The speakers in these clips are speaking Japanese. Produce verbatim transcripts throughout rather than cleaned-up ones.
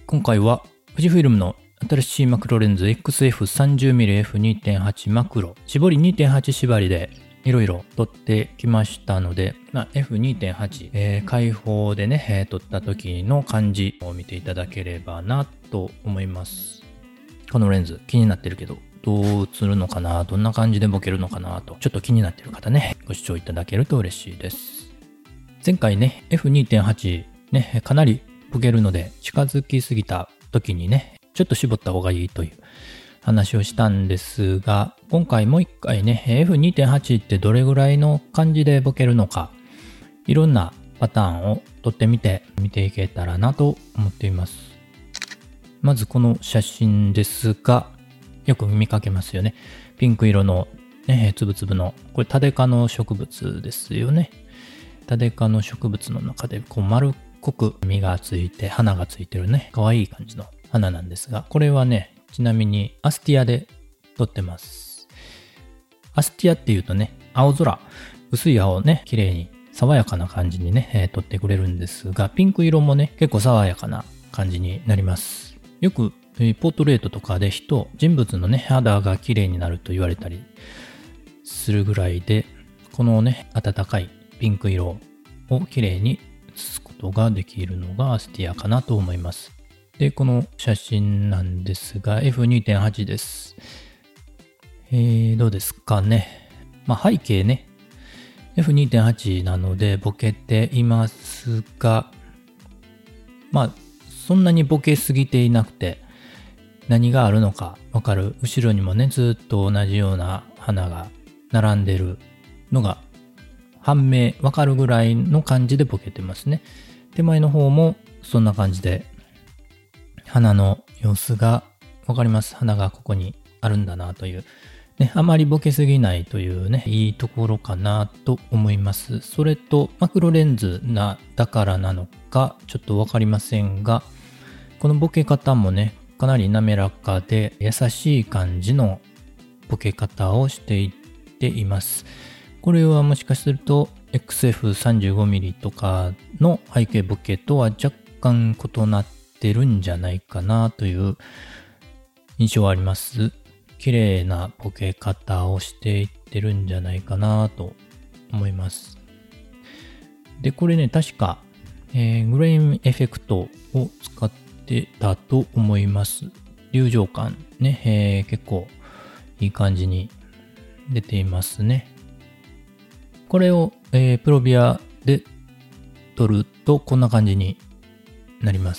今回は富士フイルムの新しいマクロレンズ エックスエフさんじゅうミリエフにてんはち マクロ絞り にてんはち 縛りでいろいろ撮ってきましたので、まあ、エフにてんはち、えー、開放でね、えー、撮った時の感じを見ていただければなと思います。このレンズ気になってるけどどう映るのかな、どんな感じでボケるのかなとちょっと気になってる方ね、ご視聴いただけると嬉しいです。前回ね エフにてんはち ね、かなりボケるので近づきすぎた時にねちょっと絞った方がいいという話をしたんですが、今回もう一回ね エフにてんはち ってどれぐらいの感じでボケるのか、いろんなパターンを撮ってみて見ていけたらなと思っています。まずこの写真ですが、よく見かけますよね。ピンク色のねつぶつぶの、これタデ科の植物ですよね。タデ科の植物の中でこう丸っこく実がついて花がついてるね可愛い感じの花なんですが、これはねちなみにアスティアで撮ってます。アスティアっていうとね、青空、薄い青をね綺麗に爽やかな感じにね、えー、撮ってくれるんですが、ピンク色もね結構爽やかな感じになります。よく、えー、ポートレートとかで人人物のね肌が綺麗になると言われたりするぐらいで、このね暖かいピンク色を綺麗に写すことができるのがアスティアかなと思います。で、この写真なんですが エフにてんはち です。えー、どうですかね。まあ背景ね エフにてんはち なのでボケていますが、まあそんなにボケすぎていなくて何があるのかわかる。後ろにもねずっと同じような花が並んでるのが判明わかるぐらいの感じでボケてますね。手前の方もそんな感じで花の様子がわかります。花がここにあるんだなという、ね、あまりボケすぎないというね、いいところかなと思います。それとマクロレンズなだからなのかちょっとわかりませんが、このボケ方もね、かなり滑らかで優しい感じのボケ方をしていっています。これはもしかすると エックスエフさんじゅうごミリ とかの背景ボケとは若干異なってるんじゃないかなという印象はあります。綺麗なボケ方をしていってるんじゃないかなと思います。で、これね、確か、えー、グレインエフェクトを使ってたと思います。流浄感ね、えー、結構いい感じに出ていますね。これを、えー、プロビアで撮るとこんな感じになります。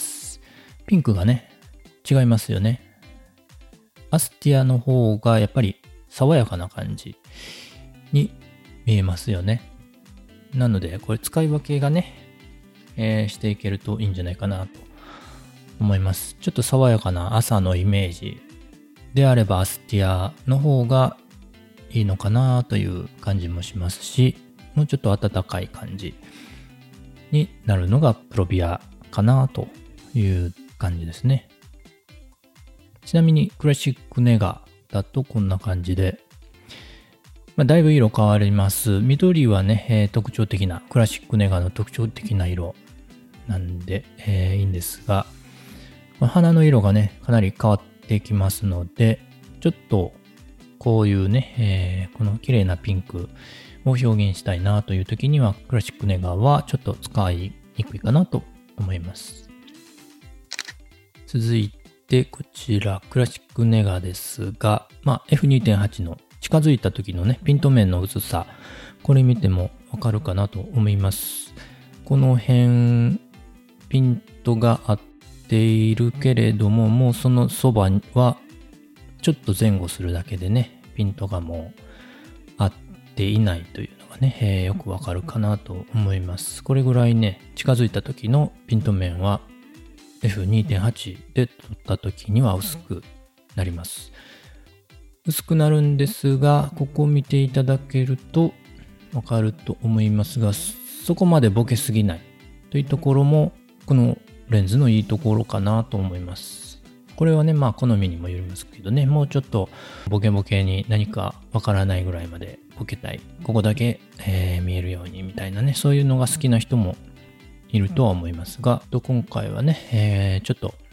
ピンクがね違いますよね。アスティアの方がやっぱり爽やかな感じに見えますよね。なのでこれ使い分けがね、えー、していけるといいんじゃないかなと思います。ちょっと爽やかな朝のイメージであればアスティアの方がいいのかなという感じもしますし、もうちょっと暖かい感じになるのがプロビアかなという感じですね。ちなみにクラシックネガだとこんな感じで、まあ、だいぶ色変わります。緑はね、えー、特徴的なクラシックネガの特徴的な色なんで、えー、いいんですが、まあ、花の色がねかなり変わってきますので、ちょっとこういうね、えー、この綺麗なピンクを表現したいなという時にはクラシックネガはちょっと使いにくいかなと思います。続いてこちらクラシックネガですが、まあ、エフにてんはち の近づいた時のねピント面の薄さ、これ見てもわかるかなと思います。この辺ピントが合っているけれども、もうそのそばはちょっと前後するだけでねピントがもう合っていないというのがね、えー、よくわかるかなと思います。これぐらいね近づいた時のピント面は エフにてんはち で撮った時には薄くなります。薄くなるんですが、ここを見ていただけるとわかると思いますが、そこまでボケすぎないというところもこのレンズのいいところかなと思います。これはね、まあ好みにもよりますけどね、もうちょっとボケボケに何かわからないぐらいまでボケたい、ここだけ、えー、見えるようにみたいなね、そういうのが好きな人もいるとは思いますが、今回はね、えー、ちょっと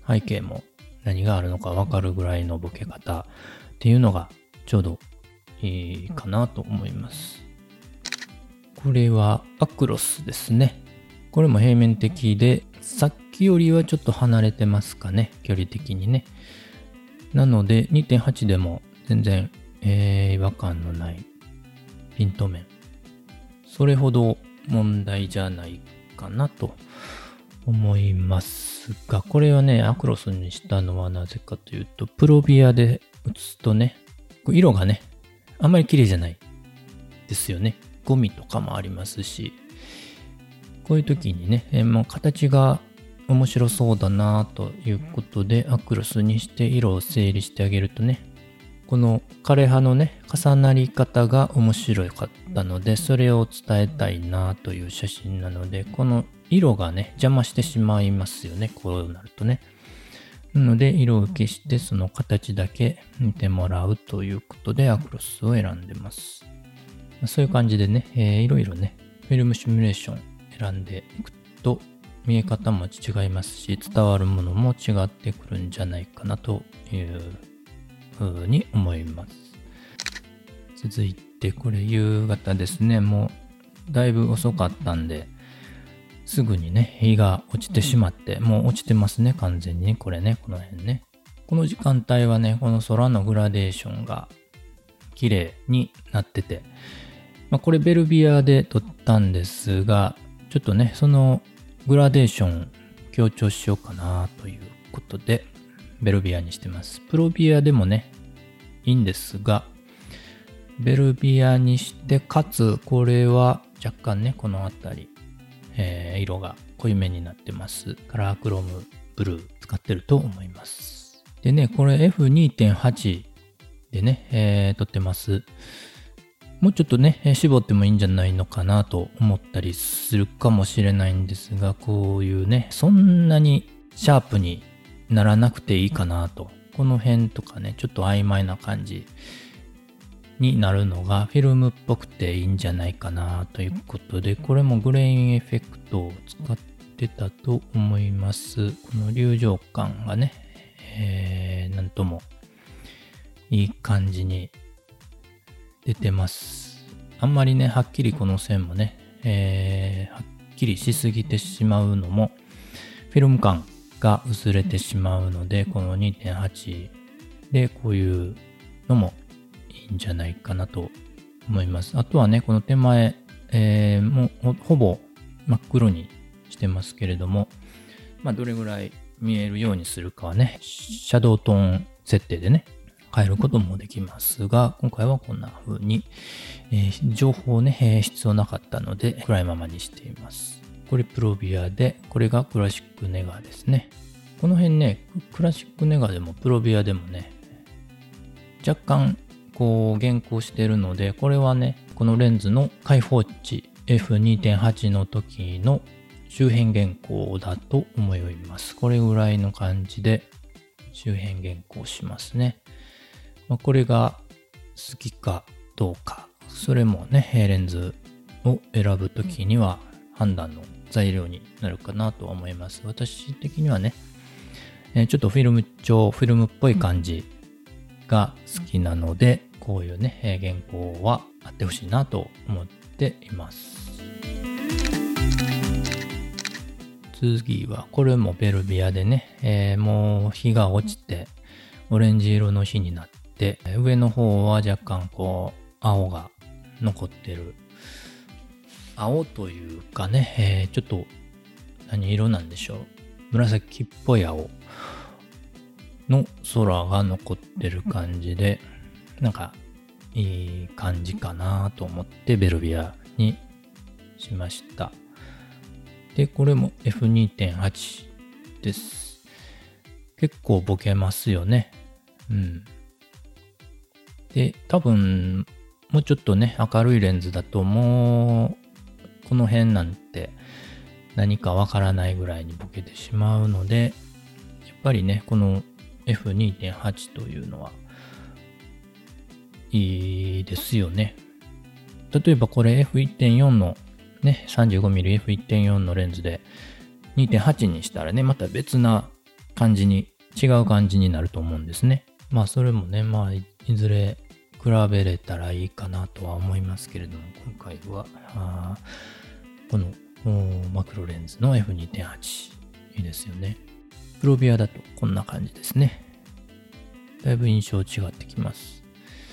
背景も何があるのかわかるぐらいのボケ方っていうのがちょうどいいかなと思います。これはアクロスですね。これも平面的で、さっきよりはちょっと離れてますかね、距離的にね。なので にてんはち でも全然、えー、違和感のないピント面。それほど問題じゃないかなと思いますが、これはね、アクロスにしたのはなぜかというと、プロビアで写すとね、色がね、あんまり綺麗じゃないですよね。ゴミとかもありますし、こういう時にね、えー、もう形が面白そうだなということで、アクロスにして色を整理してあげるとね、この枯葉のね、重なり方が面白かったので、それを伝えたいなという写真なので、この色がね、邪魔してしまいますよね、こうなるとね。なので、色を消してその形だけ見てもらうということで、アクロスを選んでます。そういう感じでね、えー、いろいろね、フィルムシミュレーション選んでいくと、見え方も違いますし、伝わるものも違ってくるんじゃないかなというふうに思います。続いて、これ夕方ですね。もうだいぶ遅かったんで、すぐにね、日が落ちてしまって、もう落ちてますね、完全にね。これね、この辺ね。この時間帯はね、この空のグラデーションが綺麗になってて、まあ、これベルビアで撮ったんですが、ちょっとね、そのグラデーション強調しようかなということで、ベルビアにしてます。プロビアでもね、いいんですが、ベルビアにして、かつ、これは若干ね、この辺り、えー、色が濃いめになってます。カラークロームブルー使ってると思います。でね、これ エフにてんはち でね、えー、撮ってます。もうちょっとね、絞ってもいいんじゃないのかなと思ったりするかもしれないんですが、こういうね、そんなにシャープにならなくていいかなと。この辺とかね、ちょっと曖昧な感じになるのがフィルムっぽくていいんじゃないかなということで、これもグレインエフェクトを使ってたと思います。この流浄感がね、えー、なんともいい感じに出てます。あんまりね、はっきりこの線もね、えー、はっきりしすぎてしまうのも、フィルム感が薄れてしまうので、この にてんはち でこういうのもいいんじゃないかなと思います。あとはね、この手前、えー、もうほぼ真っ黒にしてますけれども、まあ、どれぐらい見えるようにするかはね、シャドウトーン設定でね、変えることもできますが、今回はこんな風に、えー、情報ね、えー、必要なかったので暗いままにしています。これプロビアで、これがクラシックネガですね。この辺ね、クラシックネガでもプロビアでもね、若干こう減光しているので、これはね、このレンズの開放値 エフにてんはち の時の周辺減光だと思います。これぐらいの感じで周辺減光しますね。まあ、これが好きかどうか、それもね、レンズを選ぶときには判断の材料になるかなと思います。私的にはね、えー、ちょっとフィルム調、フィルムっぽい感じが好きなので、こういうね、えー、原稿はあってほしいなと思っています。次は、これもベルビアでね、えー、もう日が落ちてオレンジ色の日になって、で上の方は若干こう青が残ってる、青というかね、えー、ちょっと何色なんでしょう、紫っぽい青の空が残ってる感じで、なんかいい感じかなと思ってベルビアにしました。でこれも エフにてんはち です。結構ボケますよね。うん。で、多分、もうちょっとね、明るいレンズだともう、この辺なんて何かわからないぐらいにボケてしまうので、やっぱりね、この エフにてんはち というのは、いいですよね。例えばこれ エフいってんよん のね、さんじゅうごミリエフいってんよん のレンズで にてんはち にしたらね、また別な感じに、違う感じになると思うんですね。まあそれもね、まあいずれ比べれたらいいかなとは思いますけれども、今回は、あこのマクロレンズの エフにてんはち いいですよね。プロビアだとこんな感じですね。だいぶ印象違ってきます。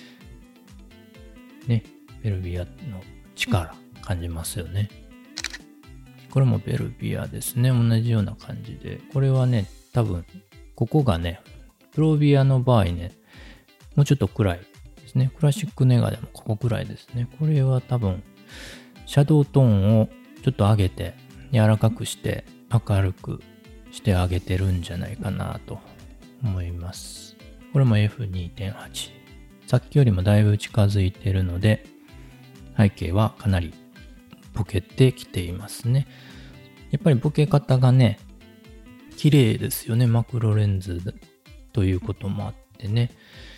ね、ベルビアの力感じますよね。これもベルビアですね。同じような感じで。これはね、多分、ここがね、プロビアの場合ね、もうちょっと暗いですね。クラシックネガでもここくらいですね。これは多分、シャドウトーンをちょっと上げて、柔らかくして、明るくしてあげてるんじゃないかなと思います。これも エフにてんはち。さっきよりもだいぶ近づいてるので、背景はかなりボケてきていますね。やっぱりボケ方がね、綺麗ですよね。マクロレンズということもあってね。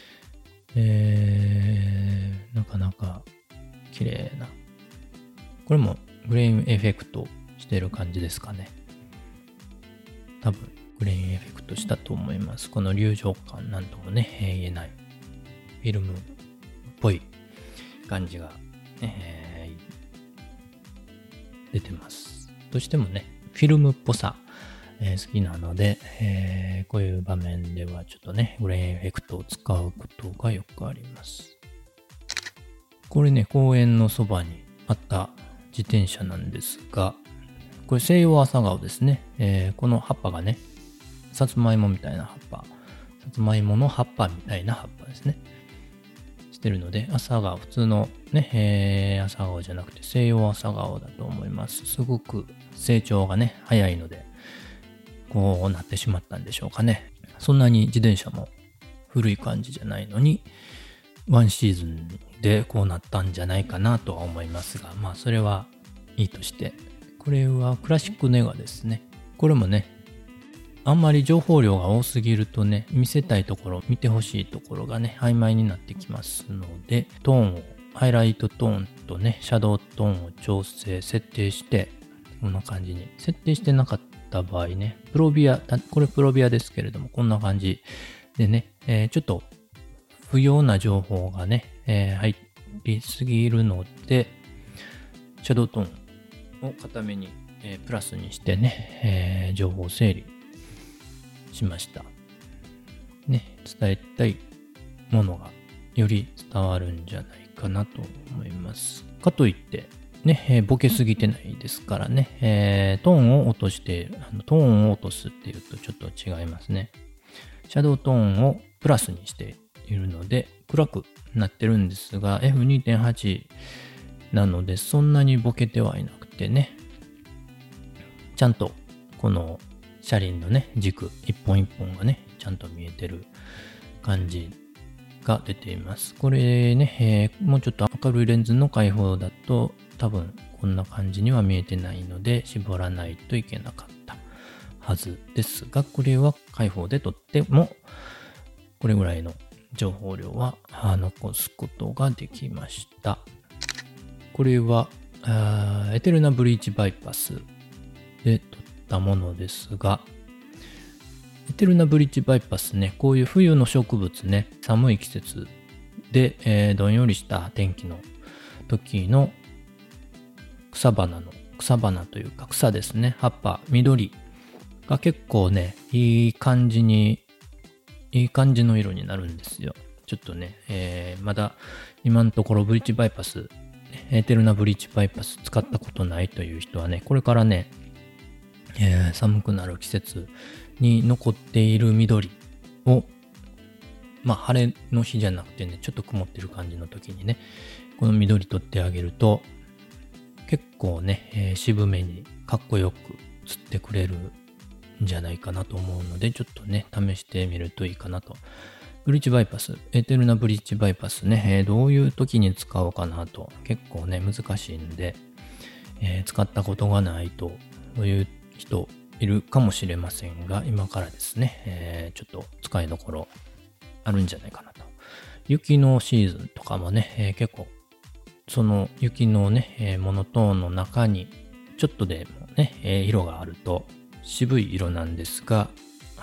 えー、なかなか綺麗な。これもグレインエフェクトしてる感じですかね。多分グレインエフェクトしたと思います。この流浄感なんともね、言えない。フィルムっぽい感じが、えー、出てます。どうしてもね、フィルムっぽさ、えー、好きなので、えー、こういう場面ではちょっとね、グレインエフェクトを使うことがよくあります。これね、公園のそばにあった自転車なんですが、これ西洋朝顔ですね。えー、この葉っぱがね、さつまいもみたいな葉っぱ、さつまいもの葉っぱみたいな葉っぱですね。してるので、朝顔、普通のね、えー、朝顔じゃなくて西洋朝顔だと思います。すごく成長がね、早いので、こうなってしまったんでしょうかね。そんなに自転車も古い感じじゃないのに、ワンシーズンでこうなったんじゃないかなとは思いますが、まあそれはいいとして、これはクラシックネガですね。これもね、あんまり情報量が多すぎるとね、見せたいところ、見てほしいところがね、曖昧になってきますので、トーンを、ハイライトトーンとね、シャドウトーンを調整、設定して、こんな感じに。設定してなかった場合ね、プロビア、これプロビアですけれども、こんな感じでね、えー、ちょっと不要な情報がね、えー、入りすぎるので、シャドウトーンを固めに、えー、プラスにしてね、えー、情報整理しました。ね、伝えたいものがより伝わるんじゃないかなと思います。かといって、ね、えー、ボケすぎてないですからね、えー、トーンを落として、あのトーンを落とすっていうとちょっと違いますね。シャドウトーンをプラスにしているので、暗くなってるんですが、エフにてんはち なので、そんなにボケてはいなくてね、ちゃんとこの車輪のね、軸、一本一本がね、ちゃんと見えてる感じが出ています。これね、えー、もうちょっと明るいレンズの開放だと、多分こんな感じには見えてないので、絞らないといけなかったはずですが、これは開放で撮っても、これぐらいの情報量は残すことができました。これは、エテルナブリーチバイパスで撮ったものですが、エテルナブリーチバイパスね、こういう冬の植物ね、寒い季節で、えー、どんよりした天気の時の草花の、草花というか草ですね、葉っぱ、緑が結構ね、いい感じに、いい感じの色になるんですよ。ちょっとね、えー、まだ今のところブリーチバイパス、エテルナブリーチバイパス使ったことないという人はね、これからね、えー、寒くなる季節に残っている緑を、まあ晴れの日じゃなくてね、ちょっと曇ってる感じの時にね、この緑取ってあげると、結構ね、えー、渋めにかっこよく釣ってくれるんじゃないかなと思うので、ちょっとね、試してみるといいかなと。ブリーチバイパス、エテルナブリーチバイパスね、えー、どういう時に使おうかなと、結構ね、難しいんで、えー、使ったことがないという人いるかもしれませんが、今からですね、えー、ちょっと使いどころあるんじゃないかなと。雪のシーズンとかもね、えー、結構、その雪のね、えー、モノトーンの中に、ちょっとでもね、えー、色があると、渋い色なんですが、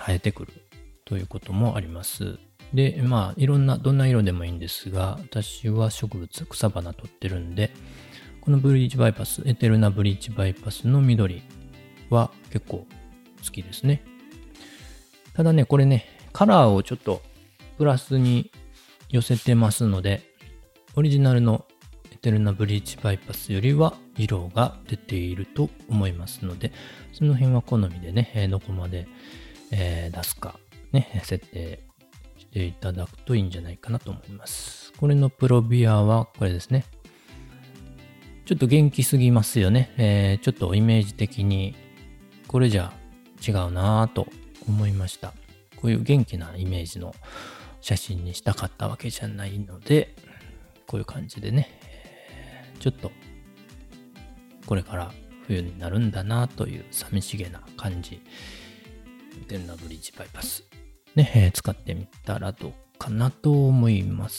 生えてくるということもあります。で、まあ、いろんな、どんな色でもいいんですが、私は植物、草花取ってるんで、このブリーチバイパス、エテルナブリーチバイパスの緑は結構好きですね。ただね、これね、カラーをちょっとプラスに寄せてますので、オリジナルのエテルナブリーチバイパスよりは色が出ていると思いますので、その辺は好みでね、どこまで、えー、出すか、ね、設定していただくといいんじゃないかなと思います。これのプロビアはこれですね。ちょっと元気すぎますよね。えー、ちょっとイメージ的にこれじゃ違うなぁと思いました。こういう元気なイメージの写真にしたかったわけじゃないので、こういう感じでね、ちょっとこれから冬になるんだなという寂しげな感じ。エテルナブリーチバイパスね、えー、使ってみたらどうかなと思います。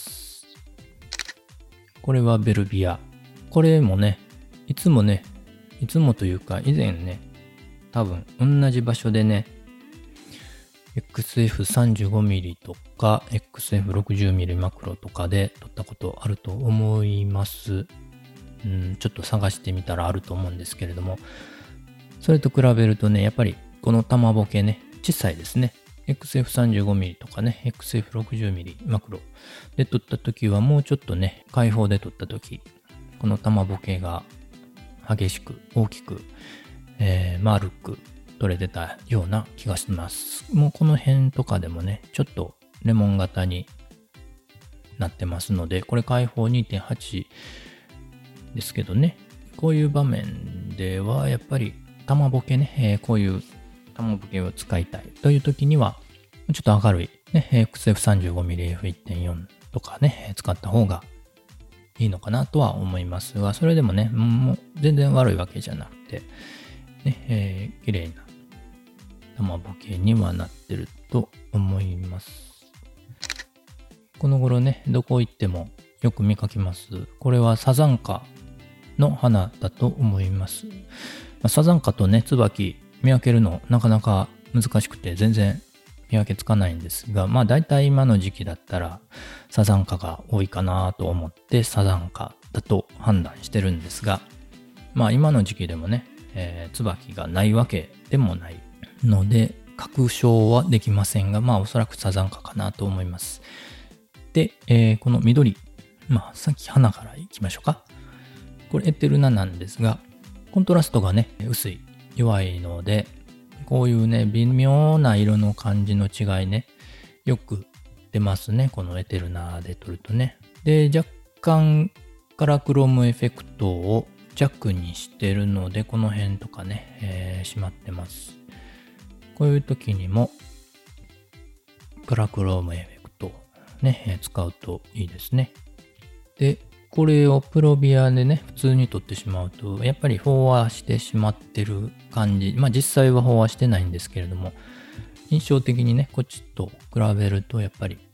これはベルビア。これもね、いつもね、いつもというか以前ね、多分同じ場所でね、エックスエフさんじゅうごミリ とか エックスエフろくじゅうミリ マクロとかで撮ったことあると思います。うん、ちょっと探してみたらあると思うんですけれども、それと比べるとね、やっぱりこの玉ボケね、小さいですね。エックスエフさんじゅうごミリ とかね、エックスエフろくじゅうミリ マクロで撮った時はもうちょっとね、開放で撮った時、この玉ボケが激しく大きく、えー、丸く撮れてたような気がします。もうこの辺とかでもね、ちょっとレモン型になってますので、これ開放 にてんはち ですけどね、こういう場面ではやっぱり玉ボケね、えー、こういう玉ボケを使いたいという時には、ちょっと明るい、ね、エックスエフさんじゅうごミリエフいってんよん とかね、使った方がいいのかなとは思いますが、それでもね、もう全然悪いわけじゃなくて、ね、えー、綺麗な玉ボケにはなってると思います。この頃ね、どこ行ってもよく見かけます。これはサザンカの花だと思います。まあ、サザンカとね、椿見分けるのなかなか難しくて全然見分けつかないんですが、まあ大体今の時期だったらサザンカが多いかなと思ってサザンカだと判断してるんですが、まあ今の時期でもね、えー、椿がないわけでもないので確証はできませんが、まあおそらくサザンカかなと思います。で、えー、この緑、まあさっき花からいきましょうか。これエテルナなんですが、コントラストがね、薄い、弱いので、こういうね、微妙な色の感じの違いね、よく出ますね。このエテルナで撮るとね。で、若干カラークロームエフェクトを弱にしてるので、この辺とかね、えー、締まってます。こういう時にも、カラークロームエフェクトをね、使うといいですね。で、これをプロビアでね、普通に撮ってしまうと、やっぱり飽和してしまってる感じ。まあ実際は飽和してないんですけれども、印象的にね、こっちと比べると、やっぱり、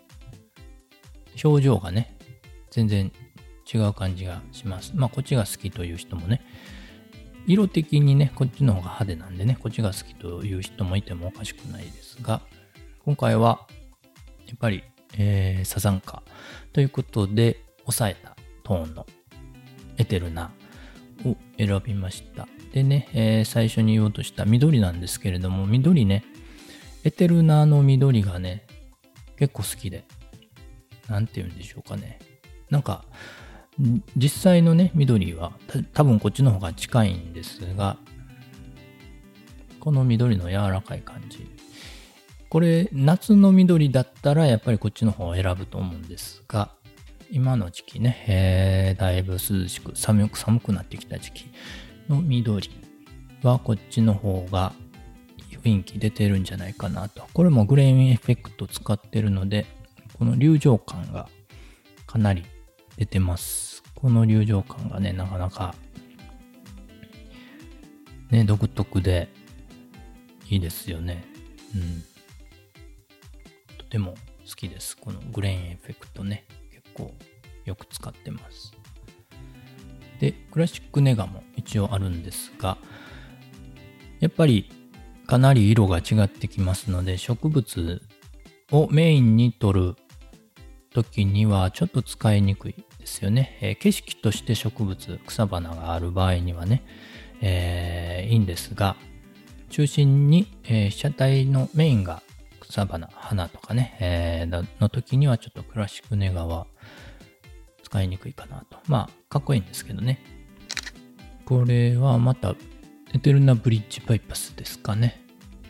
表情がね、全然違う感じがします。まあこっちが好きという人もね、色的にね、こっちの方が派手なんでね、こっちが好きという人もいてもおかしくないですが、今回は、やっぱり、えー、サザンカということで、抑えたトーンのエテルナを選びました。でね、えー、最初に言おうとした緑なんですけれども、緑ね、エテルナの緑がね、結構好きで、なんて言うんでしょうかね。なんか、実際のね、緑は多分こっちの方が近いんですが、この緑の柔らかい感じ。これ、夏の緑だったらやっぱりこっちの方を選ぶと思うんですが、今の時期ね、えー、だいぶ涼しく寒く寒くなってきた時期の緑はこっちの方が雰囲気出てるんじゃないかなと。これもグレーンエフェクト使ってるので、この流浄感がかなり出てます。この流浄感がね、なかなかね、独特でいいですよね。うん。とても好きです。このグレーンエフェクトね。こうよく使ってます。で、クラシックネガも一応あるんですが、やっぱりかなり色が違ってきますので、植物をメインに撮る時にはちょっと使いにくいですよね。えー、景色として植物、草花がある場合にはね、えー、いいんですが、中心に、えー、被写体のメインが草花、花とかね、えー、の時にはちょっとクラシックネガは使いにくいかなと。まあ、かっこいいんですけどね。これはまたエテルナブリッジバイパスですかね。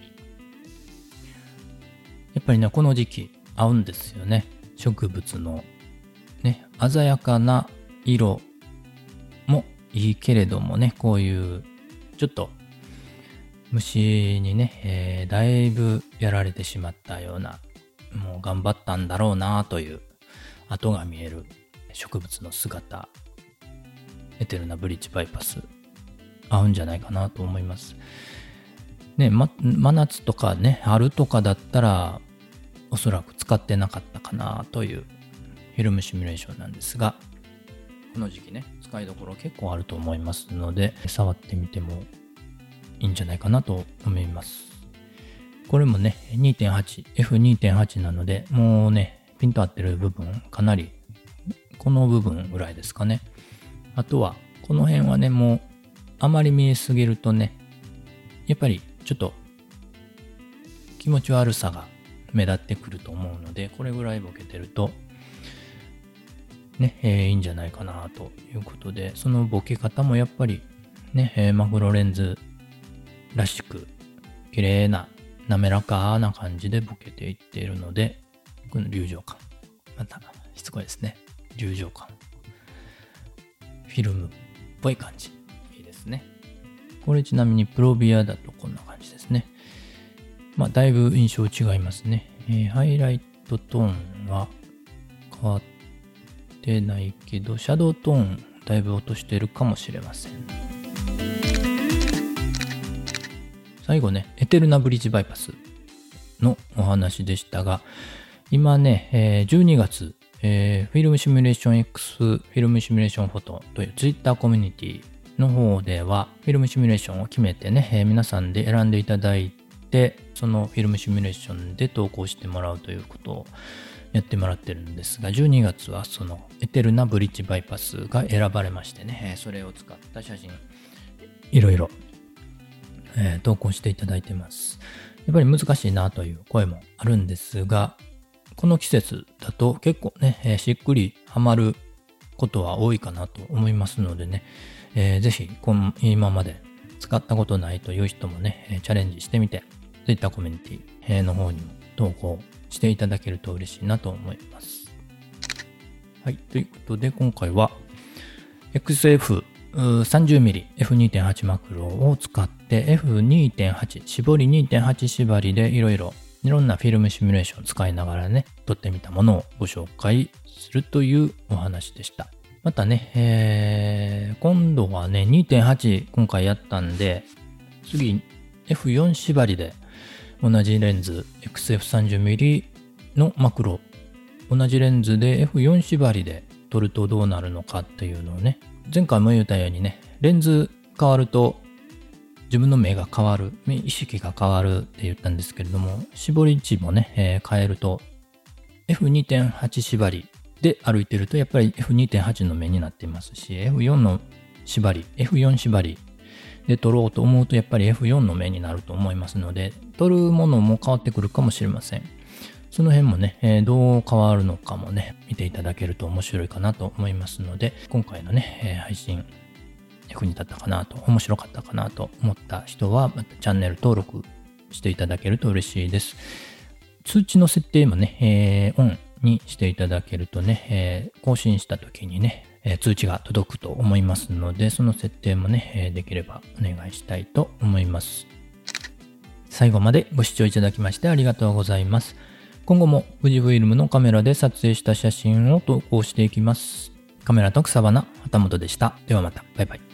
やっぱりね、この時期合うんですよね。植物のね、鮮やかな色もいいけれどもね、こういうちょっと虫にね、えー、だいぶやられてしまったような、もう頑張ったんだろうなという跡が見える植物の姿、エテルナブリッジバイパス合うんじゃないかなと思います。ね、ま、真夏とかね、春とかだったらおそらく使ってなかったかなというフィルムシミュレーションなんですが、この時期ね、使いどころ結構あると思いますので、触ってみてもいいんじゃないかなと思います。これもね、にてんはち、エフにてんはち なので、もうね、ピント合ってる部分、かなり、この部分ぐらいですかね。あとは、この辺はね、もう、あまり見えすぎるとね、やっぱりちょっと気持ち悪さが目立ってくると思うので、これぐらいボケてると、ね、えー、いいんじゃないかなということで、そのボケ方もやっぱりね、えー、マクロレンズらしく綺麗な滑らかな感じでボケていっているので、この流浄感、またしつこいですね、流浄感、フィルムっぽい感じ、いいですね。これちなみにプロビアだとこんな感じですね。まあだいぶ印象違いますね。えー、ハイライトトーンは変わってないけど、シャドウトーンだいぶ落としているかもしれません。最後ね、エテルナブリッジバイパスのお話でしたが、今ね、えー、じゅうにがつ、えー、フィルムシミュレーション X フィルムシミュレーションフォトという Twitter コミュニティの方では、フィルムシミュレーションを決めてね、えー、皆さんで選んでいただいて、そのフィルムシミュレーションで投稿してもらうということをやってもらってるんですが、じゅうにがつはそのエテルナブリッジバイパスが選ばれましてね、それを使った写真いろいろ、えー、投稿していただいてます。やっぱり難しいなという声もあるんですが、この季節だと結構ね、えー、しっくりハマることは多いかなと思いますのでね、えー、ぜひこの今まで使ったことないという人もね、チャレンジしてみて、Twitter コミュニティの方にも投稿していただけると嬉しいなと思います。はい、ということで今回は エックスエフさんじゅうミリエフにてんはち マクロを使って エフにてんはち 絞り にてんはち 縛りでいろいろいろんなフィルムシミュレーションを使いながらね、撮ってみたものをご紹介するというお話でした。またね、えー、今度はね にてんはち 今回やったんで、次 エフよん 縛りで同じレンズ エックスエフさんじゅうミリ のマクロ、同じレンズで エフよん 縛りで撮るとどうなるのかっていうのをね、前回も言ったようにね、レンズ変わると自分の目が変わる、意識が変わるって言ったんですけれども、絞り値もね、えー、変えると エフにてんはち 縛りで歩いてるとやっぱり エフにてんはち の目になっていますし、 エフよん の縛り エフよん 縛りで撮ろうと思うとやっぱり エフよん の目になると思いますので、撮るものも変わってくるかもしれません。その辺もね、えー、どう変わるのかもね、見ていただけると面白いかなと思いますので、今回のね、えー、配信役に立ったかなと、面白かったかなと思った人は、またチャンネル登録していただけると嬉しいです。通知の設定もね、えー、オンにしていただけるとね、えー、更新した時にね、えー、通知が届くと思いますので、その設定もね、えー、できればお願いしたいと思います。最後までご視聴いただきましてありがとうございます。今後も富士フィルムのカメラで撮影した写真を投稿していきます。カメラと草花、旗本でした。ではまた。バイバイ。